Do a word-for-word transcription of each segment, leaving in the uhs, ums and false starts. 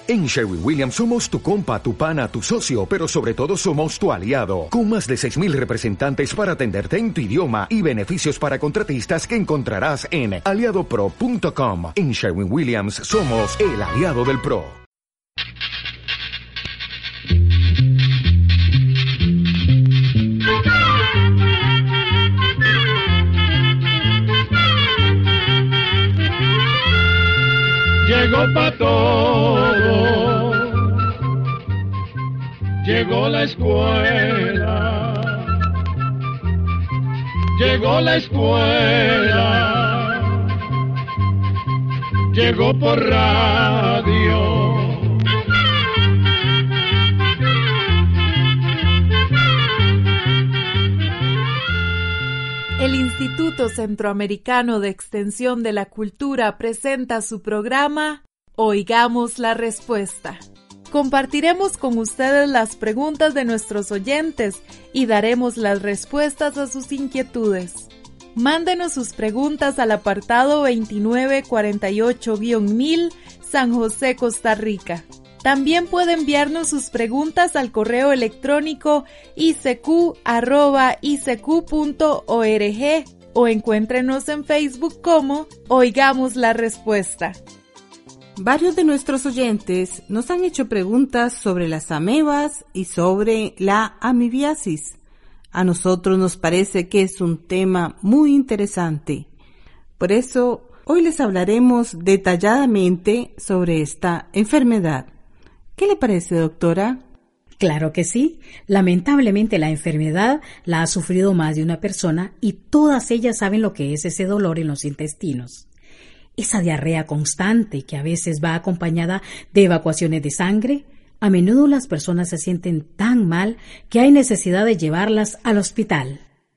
En Sherwin-Williams somos tu compa, tu pana, tu socio, pero sobre todo somos tu aliado, con más de seis mil representantes para atenderte en tu idioma y beneficios para contratistas que encontrarás en aliado pro punto com. En Sherwin-Williams somos el aliado del pro. Llegó pa' todo, llegó la escuela, llegó la escuela, llegó por radio. El Instituto Centroamericano de Extensión de la Cultura presenta su programa Oigamos la Respuesta. Compartiremos con ustedes las preguntas de nuestros oyentes y daremos las respuestas a sus inquietudes. Mándenos sus preguntas al apartado veintinueve cuarenta y ocho guion mil, San José, Costa Rica. También puede enviarnos sus preguntas al correo electrónico i c q arroba i c q punto org o encuéntrenos en Facebook como Oigamos la Respuesta. Varios de nuestros oyentes nos han hecho preguntas sobre las amebas y sobre la amibiasis. A nosotros nos parece que es un tema muy interesante. Por eso, hoy les hablaremos detalladamente sobre esta enfermedad. ¿Qué le parece, doctora? Claro que sí. Lamentablemente la enfermedad la ha sufrido más de una persona y todas ellas saben lo que es ese dolor en los intestinos. Esa diarrea constante que a veces va acompañada de evacuaciones de sangre. A menudo las personas se sienten tan mal que hay necesidad de llevarlas al hospital.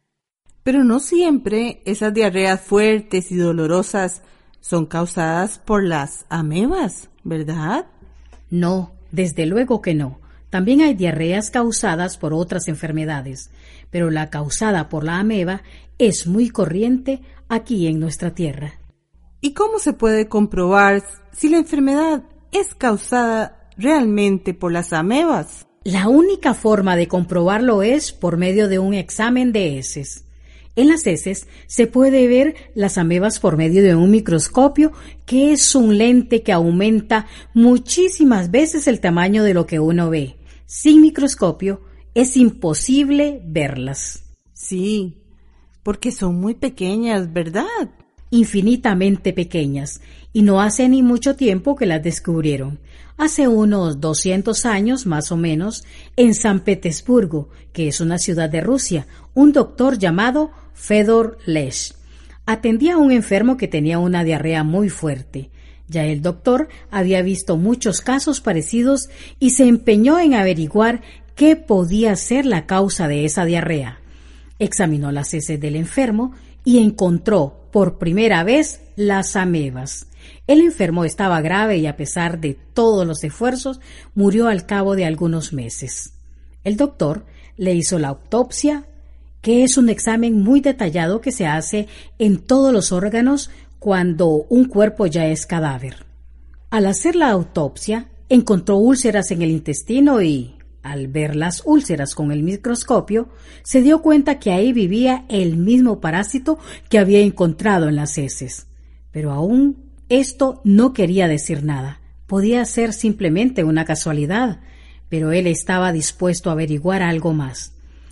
Pero no siempre esas diarreas fuertes y dolorosas son causadas por las amebas, ¿verdad? No. Desde luego que no. También hay diarreas causadas por otras enfermedades, pero la causada por la ameba es muy corriente aquí en nuestra tierra. ¿Y cómo se puede comprobar si la enfermedad es causada realmente por las amebas? La única forma de comprobarlo es por medio de un examen de heces. En las heces se puede ver las amebas por medio de un microscopio, que es un lente que aumenta muchísimas veces el tamaño de lo que uno ve. Sin microscopio es imposible verlas. Sí, porque son muy pequeñas, ¿verdad? Infinitamente pequeñas, y no hace ni mucho tiempo que las descubrieron. Hace unos doscientos años, más o menos, en San Petersburgo, que es una ciudad de Rusia, un doctor llamado Fedor Lesch atendía a un enfermo que tenía una diarrea muy fuerte. Ya el doctor había visto muchos casos parecidos y se empeñó en averiguar qué podía ser la causa de esa diarrea. Examinó las heces del enfermo y encontró por primera vez las amebas. El enfermo estaba grave y a pesar de todos los esfuerzos, murió al cabo de algunos meses. El doctor le hizo la autopsia, que es un examen muy detallado que se hace en todos los órganos cuando un cuerpo ya es cadáver. Al hacer la autopsia, encontró úlceras en el intestino y, al ver las úlceras con el microscopio, se dio cuenta que ahí vivía el mismo parásito que había encontrado en las heces. Pero aún esto no quería decir nada. Podía ser simplemente una casualidad, pero él estaba dispuesto a averiguar algo más.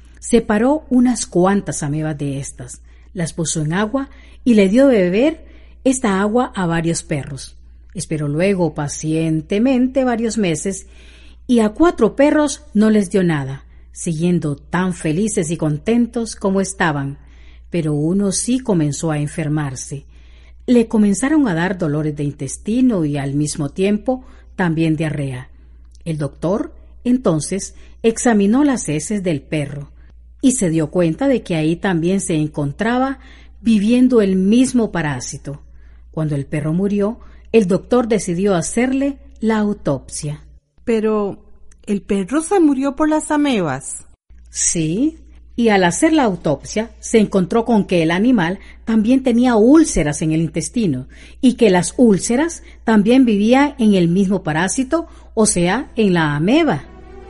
Separó unas cuantas amebas de estas, las puso en agua y le dio de beber esta agua a varios perros. Esperó luego pacientemente varios meses y a cuatro perros no les dio nada, siguiendo tan felices y contentos como estaban, pero uno sí comenzó a enfermarse. Le comenzaron a dar dolores de intestino y al mismo tiempo también diarrea. El doctor, entonces, examinó las heces del perro y se dio cuenta de que ahí también se encontraba viviendo el mismo parásito. Cuando el perro murió, el doctor decidió hacerle la autopsia. Pero, ¿el perro se murió por las amebas? Sí, Y al hacer la autopsia, se encontró con que el animal también tenía úlceras en el intestino y que las úlceras también vivían en el mismo parásito, o sea, en la ameba.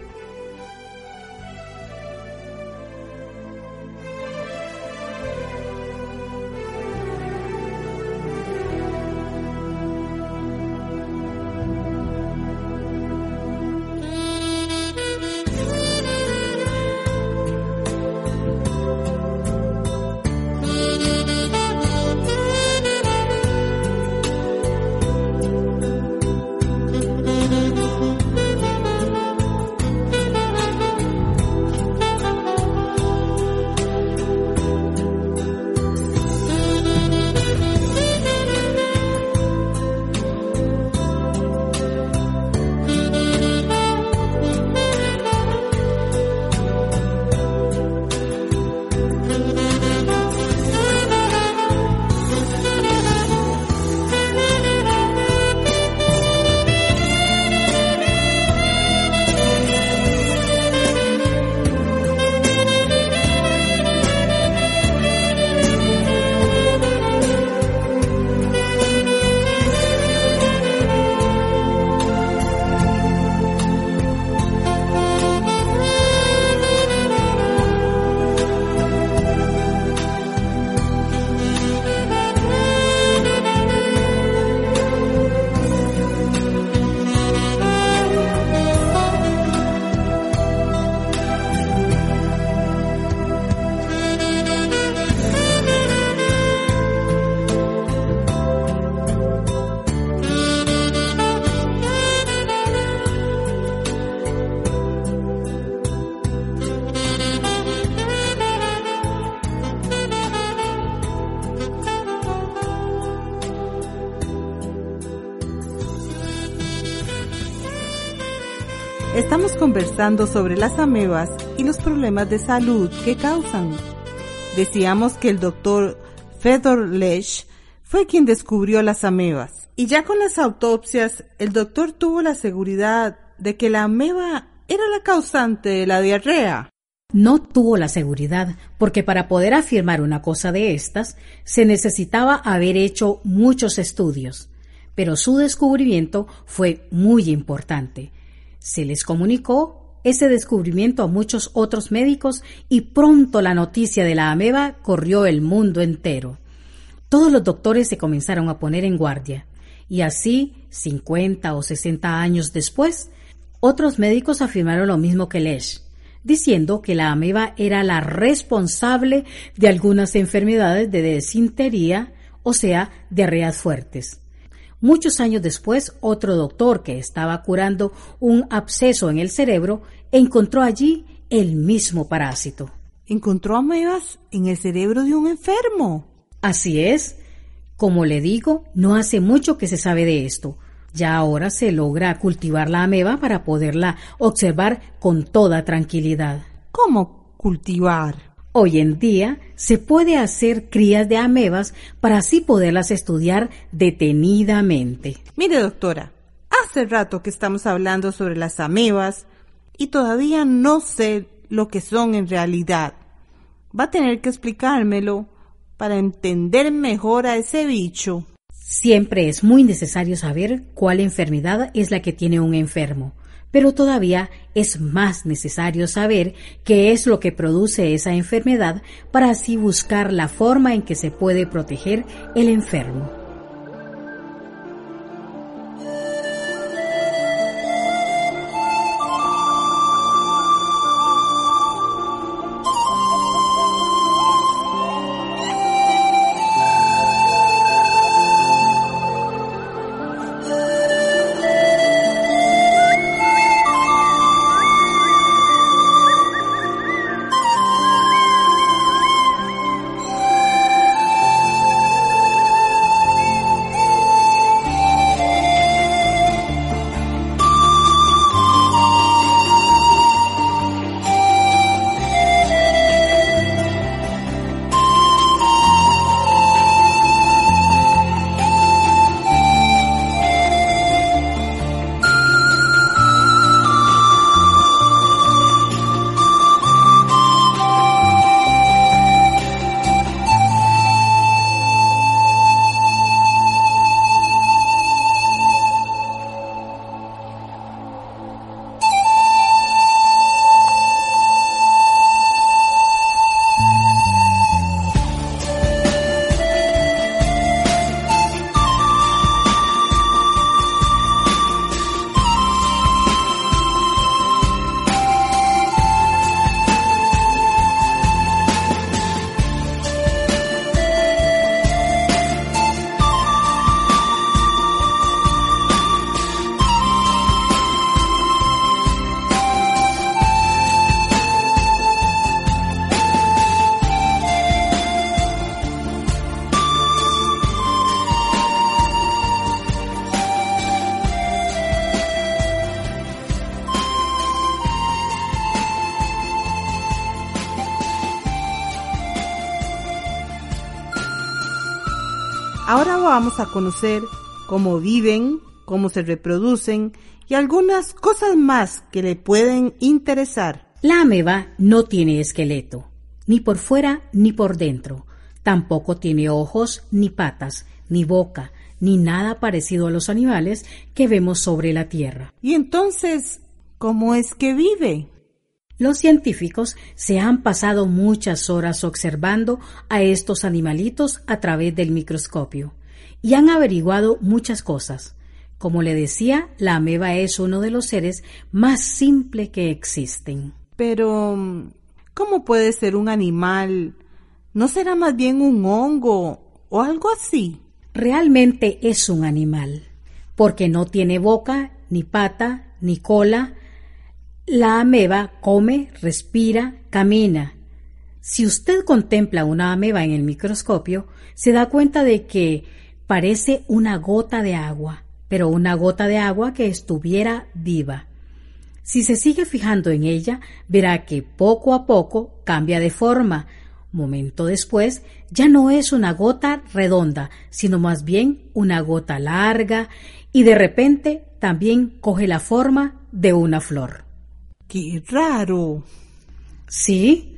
Estamos conversando sobre las amebas y los problemas de salud que causan. Decíamos que el doctor Fedor Lesch fue quien descubrió las amebas. Y ya con las autopsias, el doctor tuvo la seguridad de que la ameba era la causante de la diarrea. No tuvo la seguridad, porque para poder afirmar una cosa de estas, se necesitaba haber hecho muchos estudios. Pero su descubrimiento fue muy importante. Se les comunicó ese descubrimiento a muchos otros médicos y pronto la noticia de la ameba corrió el mundo entero. Todos los doctores se comenzaron a poner en guardia y así, cincuenta o sesenta años después, otros médicos afirmaron lo mismo que Lesch, diciendo que la ameba era la responsable de algunas enfermedades de desintería, o sea, diarreas fuertes. Muchos años después, otro doctor que estaba curando un absceso en el cerebro encontró allí el mismo parásito. ¿Encontró amebas en el cerebro de un enfermo? Así es. Como le digo, no hace mucho que se sabe de esto. Ya ahora se logra cultivar la ameba para poderla observar con toda tranquilidad. ¿Cómo cultivar? Hoy en día se puede hacer crías de amebas para así poderlas estudiar detenidamente. Mire, doctora, hace rato que estamos hablando sobre las amebas y todavía no sé lo que son en realidad. Va a tener que explicármelo para entender mejor a ese bicho. Siempre es muy necesario saber cuál enfermedad es la que tiene un enfermo. Pero todavía es más necesario saber qué es lo que produce esa enfermedad para así buscar la forma en que se puede proteger el enfermo. Ahora vamos a conocer cómo viven, cómo se reproducen y algunas cosas más que le pueden interesar. La ameba no tiene esqueleto, ni por fuera ni por dentro. Tampoco tiene ojos, ni patas, ni boca, ni nada parecido a los animales que vemos sobre la Tierra. ¿Y entonces cómo es que vive? Los científicos se han pasado muchas horas observando a estos animalitos a través del microscopio y han averiguado muchas cosas. Como le decía, la ameba es uno de los seres más simples que existen. Pero, ¿cómo puede ser un animal? ¿No será más bien un hongo o algo así? Realmente es un animal, porque no tiene boca, ni pata, ni cola. La ameba come, respira, camina. Si usted contempla una ameba en el microscopio, se da cuenta de que parece una gota de agua, pero una gota de agua que estuviera viva. Si se sigue fijando en ella, verá que poco a poco cambia de forma. Momento después, ya no es una gota redonda, sino más bien una gota larga, y de repente también coge la forma de una flor. ¡Qué raro! Sí,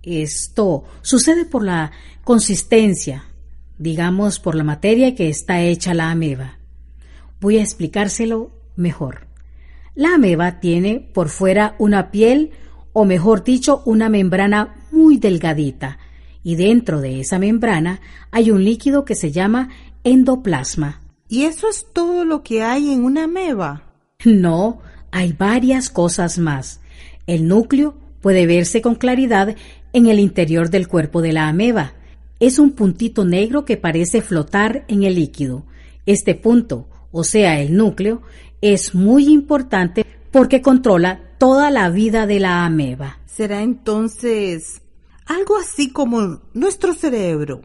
esto sucede por la consistencia, digamos por la materia que está hecha la ameba. Voy a explicárselo mejor. La ameba tiene por fuera una piel, o mejor dicho, una membrana muy delgadita, y dentro de esa membrana hay un líquido que se llama endoplasma. ¿Y eso es todo lo que hay en una ameba? No, hay varias cosas más. El núcleo puede verse con claridad en el interior del cuerpo de la ameba. Es un puntito negro que parece flotar en el líquido. Este punto, o sea, el núcleo, es muy importante porque controla toda la vida de la ameba. ¿Será entonces algo así como nuestro cerebro?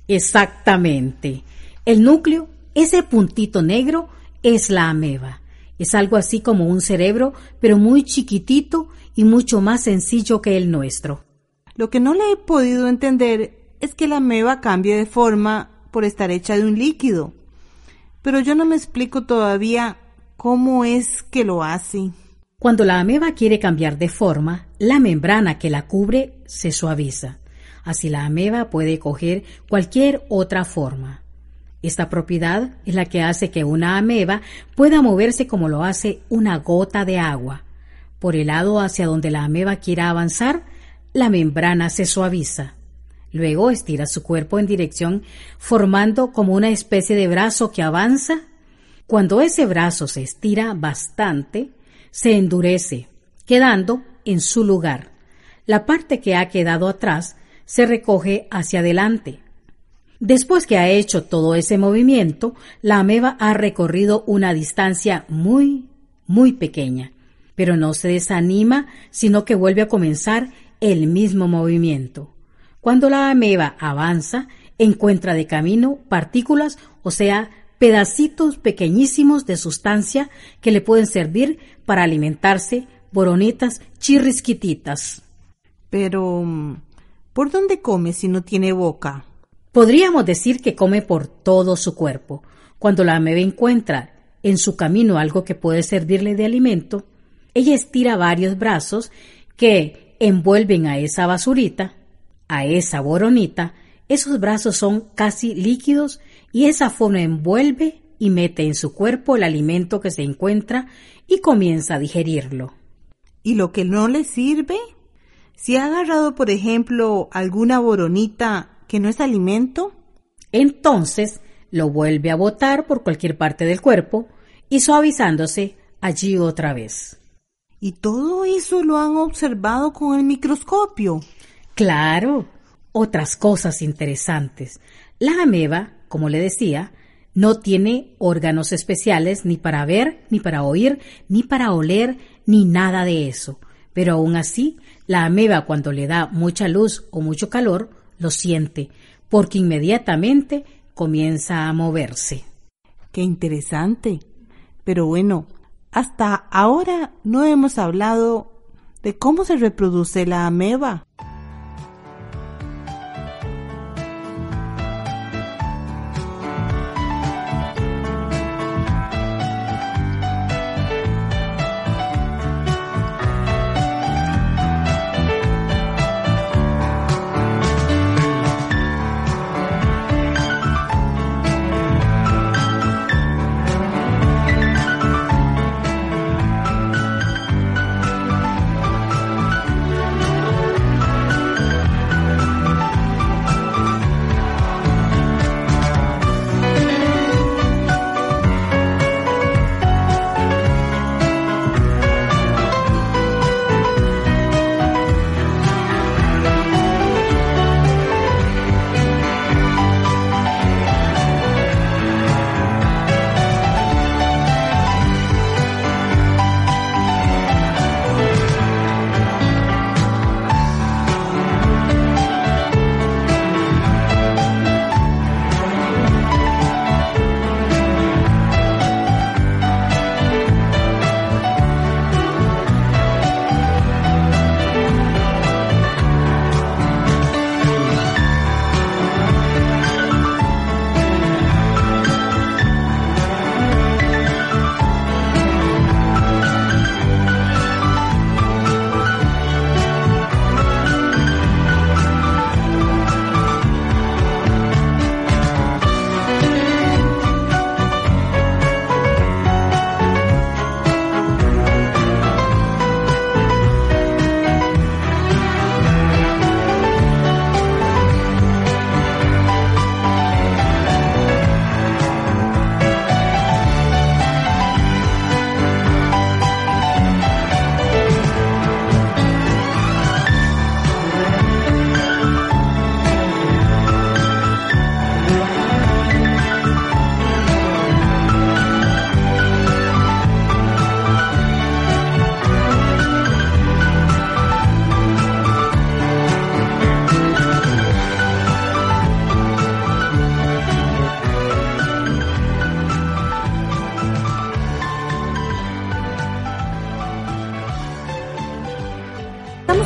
Exactamente. El núcleo, ese puntito negro, es la ameba. Es algo así como un cerebro, pero muy chiquitito y mucho más sencillo que el nuestro. Lo que no le he podido entender es que la ameba cambie de forma por estar hecha de un líquido. Pero yo no me explico todavía cómo es que lo hace. Cuando la ameba quiere cambiar de forma, la membrana que la cubre se suaviza. Así la ameba puede coger cualquier otra forma. Esta propiedad es la que hace que una ameba pueda moverse como lo hace una gota de agua. Por el lado hacia donde la ameba quiera avanzar, la membrana se suaviza. Luego estira su cuerpo en dirección, formando como una especie de brazo que avanza. Cuando ese brazo se estira bastante, se endurece, quedando en su lugar. La parte que ha quedado atrás se recoge hacia adelante. Después que ha hecho todo ese movimiento, la ameba ha recorrido una distancia muy, muy pequeña, pero no se desanima, sino que vuelve a comenzar el mismo movimiento. Cuando la ameba avanza, encuentra de camino partículas, o sea, pedacitos pequeñísimos de sustancia que le pueden servir para alimentarse, boronitas chirrisquititas. Pero, ¿por dónde come si no tiene boca? Podríamos decir que come por todo su cuerpo. Cuando la ameba encuentra en su camino algo que puede servirle de alimento, ella estira varios brazos que envuelven a esa basurita, a esa boronita. Esos brazos son casi líquidos y esa forma envuelve y mete en su cuerpo el alimento que se encuentra y comienza a digerirlo. ¿Y lo que no le sirve? Si ha agarrado, por ejemplo, alguna boronita que no es alimento, entonces lo vuelve a botar por cualquier parte del cuerpo y suavizándose allí otra vez. ¿Y todo eso lo han observado con el microscopio? Claro. Otras cosas interesantes. La ameba, como le decía, no tiene órganos especiales ni para ver, ni para oír, ni para oler, ni nada de eso. Pero aún así, la ameba cuando le da mucha luz o mucho calor, lo siente, porque inmediatamente comienza a moverse. ¡Qué interesante! Pero bueno, hasta ahora no hemos hablado de cómo se reproduce la ameba.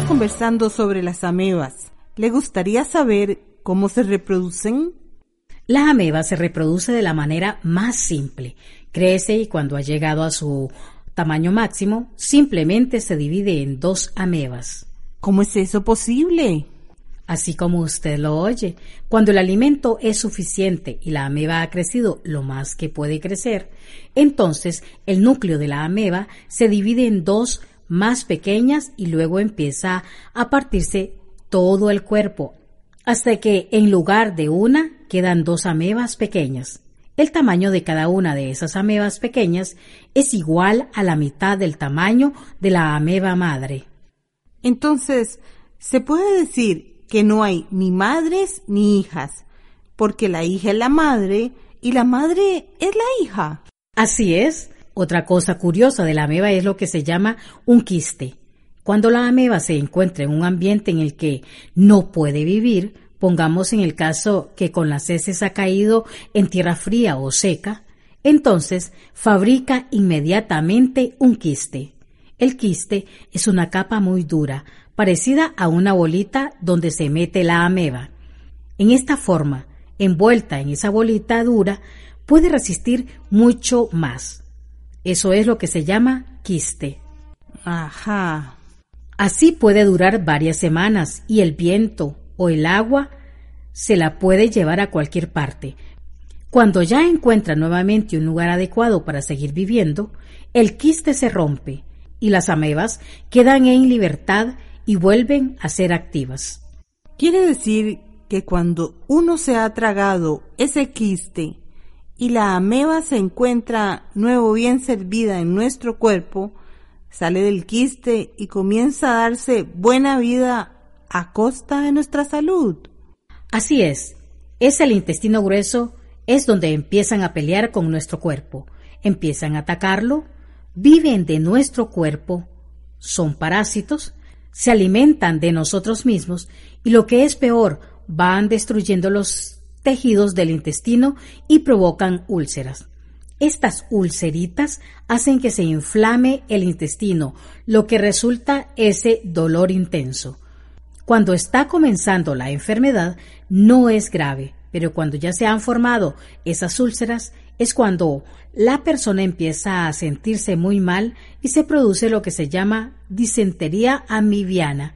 conversando sobre las amebas. ¿Le gustaría saber cómo se reproducen? La ameba se reproduce de la manera más simple. Crece y cuando ha llegado a su tamaño máximo, simplemente se divide en dos amebas. ¿Cómo es eso posible? Así como usted lo oye, cuando el alimento es suficiente y la ameba ha crecido lo más que puede crecer, entonces el núcleo de la ameba se divide en dos más pequeñas y luego empieza a partirse todo el cuerpo, hasta que en lugar de una quedan dos amebas pequeñas. El tamaño de cada una de esas amebas pequeñas es igual a la mitad del tamaño de la ameba madre. Entonces, ¿se puede decir que no hay ni madres ni hijas, porque la hija es la madre y la madre es la hija? Así es. Otra cosa curiosa de la ameba es lo que se llama un quiste. Cuando la ameba se encuentra en un ambiente en el que no puede vivir, pongamos en el caso que con las heces ha caído en tierra fría o seca, entonces fabrica inmediatamente un quiste. El quiste es una capa muy dura, parecida a una bolita donde se mete la ameba. En esta forma, envuelta en esa bolita dura, puede resistir mucho más. Eso es lo que se llama quiste. Ajá. Así puede durar varias semanas y el viento o el agua se la puede llevar a cualquier parte. Cuando ya encuentra nuevamente un lugar adecuado para seguir viviendo, el quiste se rompe y las amebas quedan en libertad y vuelven a ser activas. Quiere decir que cuando uno se ha tragado ese quiste y la ameba se encuentra nuevo bien servida en nuestro cuerpo, sale del quiste y comienza a darse buena vida a costa de nuestra salud. Así es. Es el intestino grueso, es donde empiezan a pelear con nuestro cuerpo. Empiezan a atacarlo, viven de nuestro cuerpo, son parásitos, se alimentan de nosotros mismos y lo que es peor, van destruyendo los tejidos del intestino y provocan úlceras. Estas ulceritas hacen que se inflame el intestino, lo que resulta ese dolor intenso. Cuando está comenzando la enfermedad no es grave, pero cuando ya se han formado esas úlceras es cuando la persona empieza a sentirse muy mal y se produce lo que se llama disentería amibiana.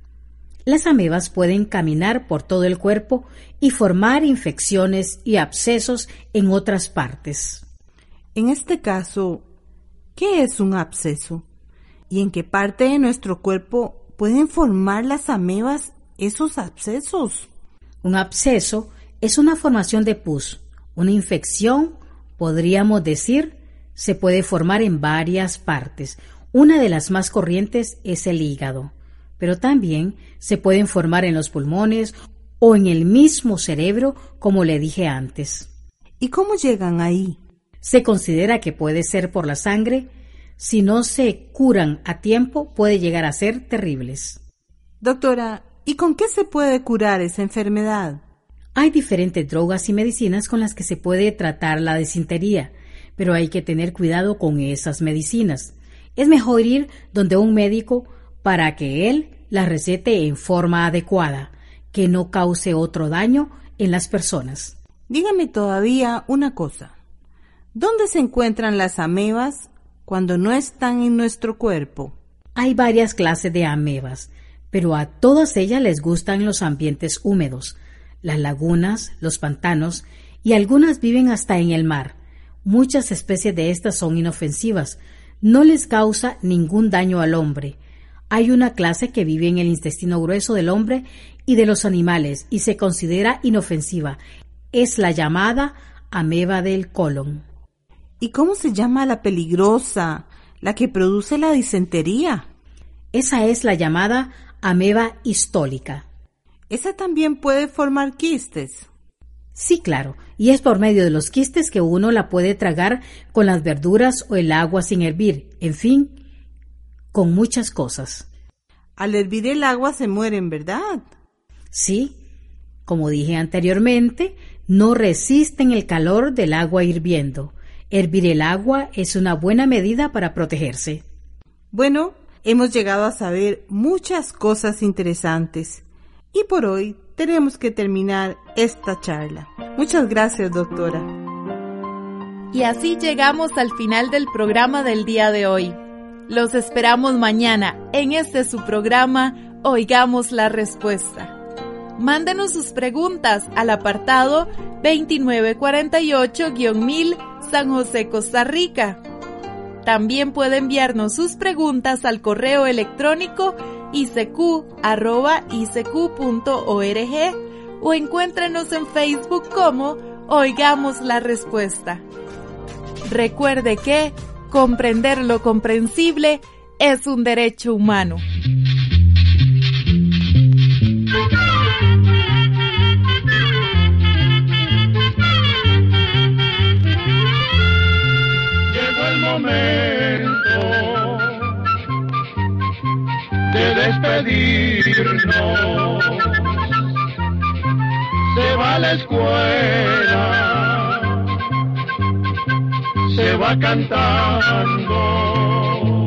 Las amebas pueden caminar por todo el cuerpo y formar infecciones y abscesos en otras partes. En este caso, ¿qué es un absceso? ¿Y en qué parte de nuestro cuerpo pueden formar las amebas esos abscesos? Un absceso es una formación de pus, una infección, podríamos decir, se puede formar en varias partes. Una de las más corrientes es el hígado, pero también se pueden formar en los pulmones o en el mismo cerebro, como le dije antes. ¿Y cómo llegan ahí? Se considera que puede ser por la sangre. Si no se curan a tiempo, puede llegar a ser terribles. Doctora, ¿y con qué se puede curar esa enfermedad? Hay diferentes drogas y medicinas con las que se puede tratar la disentería, pero hay que tener cuidado con esas medicinas. Es mejor ir donde un médico para que él las recete en forma adecuada, que no cause otro daño en las personas. Dígame todavía una cosa. ¿Dónde se encuentran las amebas cuando no están en nuestro cuerpo? Hay varias clases de amebas, pero a todas ellas les gustan los ambientes húmedos, las lagunas, los pantanos, y algunas viven hasta en el mar. Muchas especies de estas son inofensivas, no les causa ningún daño al hombre. Hay una clase que vive en el intestino grueso del hombre y de los animales y se considera inofensiva. Es la llamada ameba del colon. ¿Y cómo se llama la peligrosa, la que produce la disentería? Esa es la llamada ameba histólica. ¿Esa también puede formar quistes? Sí, claro, y es por medio de los quistes que uno la puede tragar con las verduras o el agua sin hervir, en fin, con muchas cosas. Al hervir el agua se mueren, ¿verdad? Sí, como dije anteriormente, no resisten el calor del agua hirviendo. Hervir el agua es una buena medida para protegerse. Bueno, hemos llegado a saber muchas cosas interesantes. Y por hoy tenemos que terminar esta charla. Muchas gracias, doctora. Y así llegamos al final del programa del día de hoy. Los esperamos mañana en este su programa Oigamos la Respuesta. Mándenos sus preguntas al apartado veintinueve cuarenta y ocho guión mil San José, Costa Rica. También puede enviarnos sus preguntas al correo electrónico i c q arroba i c q punto org o encuéntrenos en Facebook como Oigamos la Respuesta. Recuerde que comprender lo comprensible es un derecho humano. Llegó el momento de despedirnos. Se va a la escuela, se va cantando.